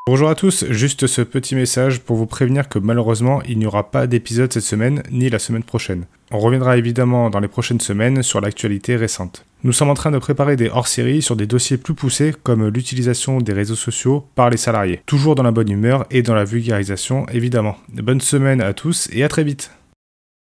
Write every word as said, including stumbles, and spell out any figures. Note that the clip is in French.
Bonjour à tous, juste ce petit message pour vous prévenir que malheureusement il n'y aura pas d'épisode cette semaine ni la semaine prochaine. On reviendra évidemment dans les prochaines semaines sur l'actualité récente. Nous sommes en train de préparer des hors-séries sur des dossiers plus poussés comme l'utilisation des réseaux sociaux par les salariés. Toujours dans la bonne humeur et dans la vulgarisation évidemment. Bonne semaine à tous et à très vite.